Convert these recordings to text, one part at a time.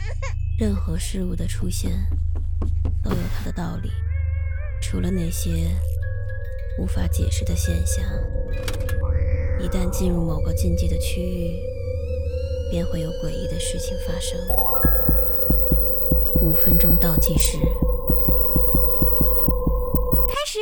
任何事物的出现都有它的道理，除了那些无法解释的现象，一旦进入某个禁忌的区域，便会有诡异的事情发生。5分钟倒计时，开始。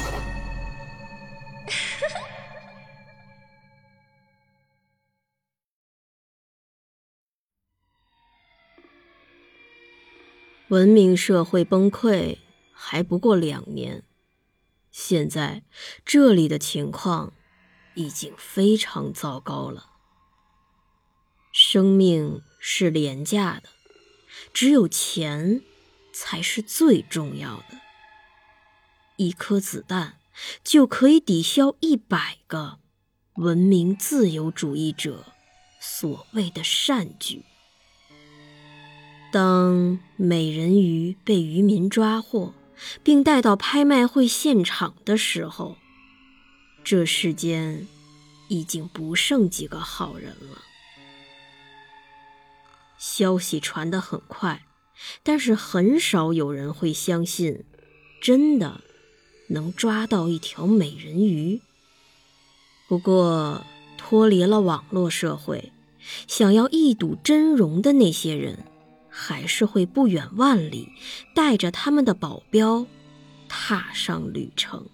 文明社会崩溃还不过2年，现在这里的情况已经非常糟糕了。生命是廉价的，只有钱才是最重要的。1颗子弹就可以抵消100个文明自由主义者所谓的善举。当美人鱼被渔民抓获并带到拍卖会现场的时候，这世间已经不剩几个好人了。消息传得很快，但是很少有人会相信真的能抓到一条美人鱼。不过脱离了网络社会，想要一睹真容的那些人还是会不远万里带着他们的保镖踏上旅程。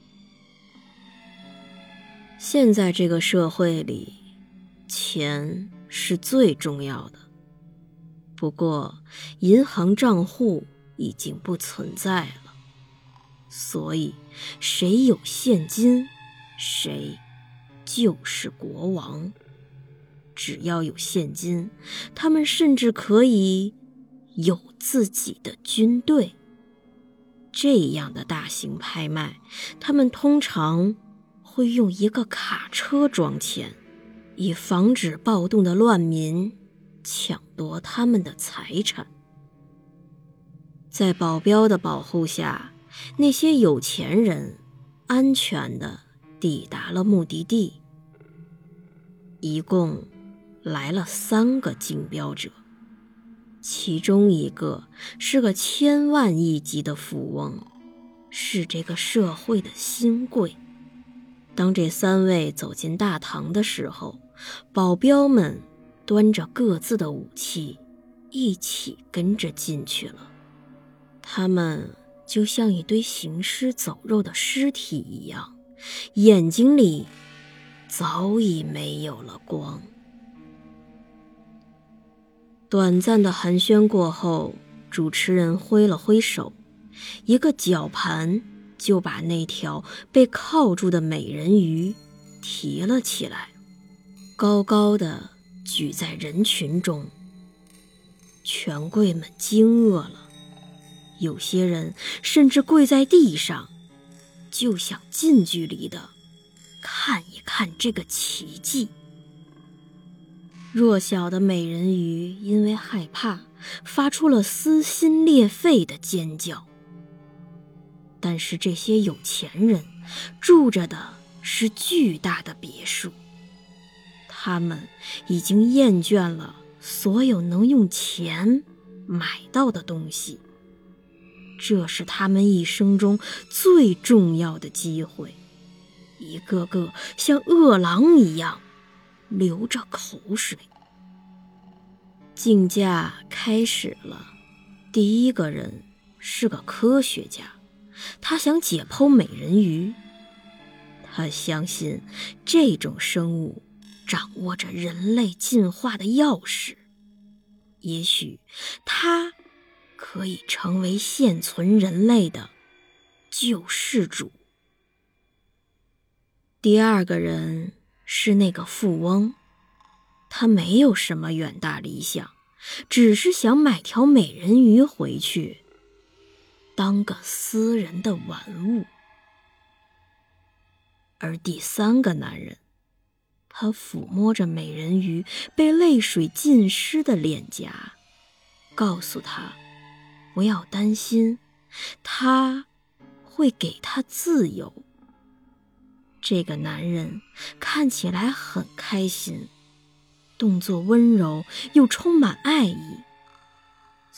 现在这个社会里，钱是最重要的。不过银行账户已经不存在了，所以谁有现金，谁就是国王。只要有现金，他们甚至可以有自己的军队。这样的大型拍卖，他们通常会用1个卡车装钱，以防止暴动的乱民抢夺他们的财产。在保镖的保护下，那些有钱人安全地抵达了目的地。一共来了3个竞标者，其中1个是个1000万亿级的富翁，是这个社会的新贵。当这3位走进大堂的时候，保镖们端着各自的武器一起跟着进去了。他们就像一堆行尸走肉的尸体一样，眼睛里早已没有了光。短暂的寒暄过后，主持人挥了挥手，1个绞盘就把那条被铐住的美人鱼提了起来，高高的举在人群中。权贵们惊愕了，有些人甚至跪在地上，就想近距离的看一看这个奇迹。弱小的美人鱼因为害怕，发出了撕心裂肺的尖叫。但是这些有钱人住着的是巨大的别墅，他们已经厌倦了所有能用钱买到的东西，这是他们一生中最重要的机会。一个个像饿狼一样流着口水。竞价开始了，第1个人是个科学家，他想解剖美人鱼。他相信这种生物掌握着人类进化的钥匙，也许他可以成为现存人类的救世主。第2个人是那个富翁，他没有什么远大理想，只是想买条美人鱼回去当个私人的玩物。而第3个男人，他抚摸着美人鱼被泪水浸湿的脸颊，告诉他不要担心，他会给他自由。这个男人看起来很开心，动作温柔又充满爱意。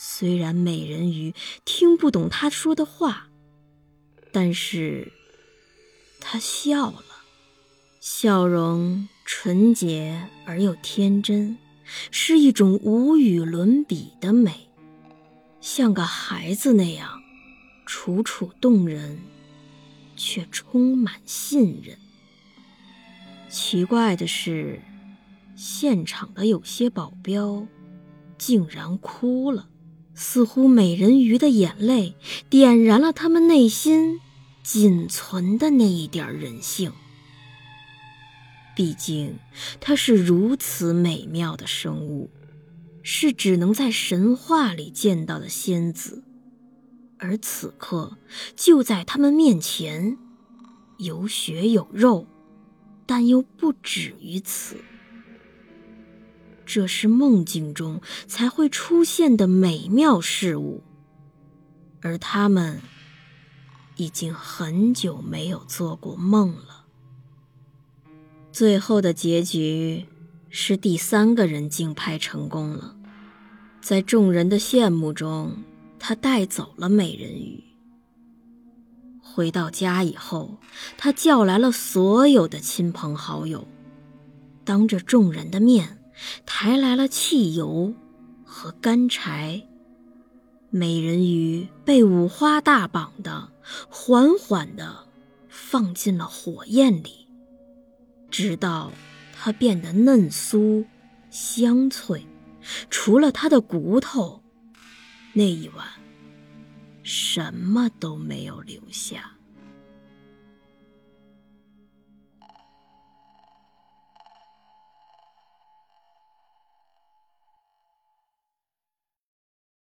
虽然美人鱼听不懂他说的话，但是他笑了，笑容纯洁而又天真，是一种无与伦比的美，像个孩子那样楚楚动人，却充满信任。奇怪的是，现场的有些保镖竟然哭了，似乎美人鱼的眼泪点燃了他们内心仅存的那一点人性。毕竟她是如此美妙的生物，是只能在神话里见到的仙子，而此刻就在他们面前，有血有肉，但又不止于此。这是梦境中才会出现的美妙事物，而他们已经很久没有做过梦了。最后的结局是第3个人竞拍成功了，在众人的羡慕中，他带走了美人鱼。回到家以后，他叫来了所有的亲朋好友，当着众人的面抬来了汽油和干柴，美人鱼被五花大绑的缓缓地放进了火焰里，直到它变得嫩酥香脆，除了它的骨头，那一晚什么都没有留下。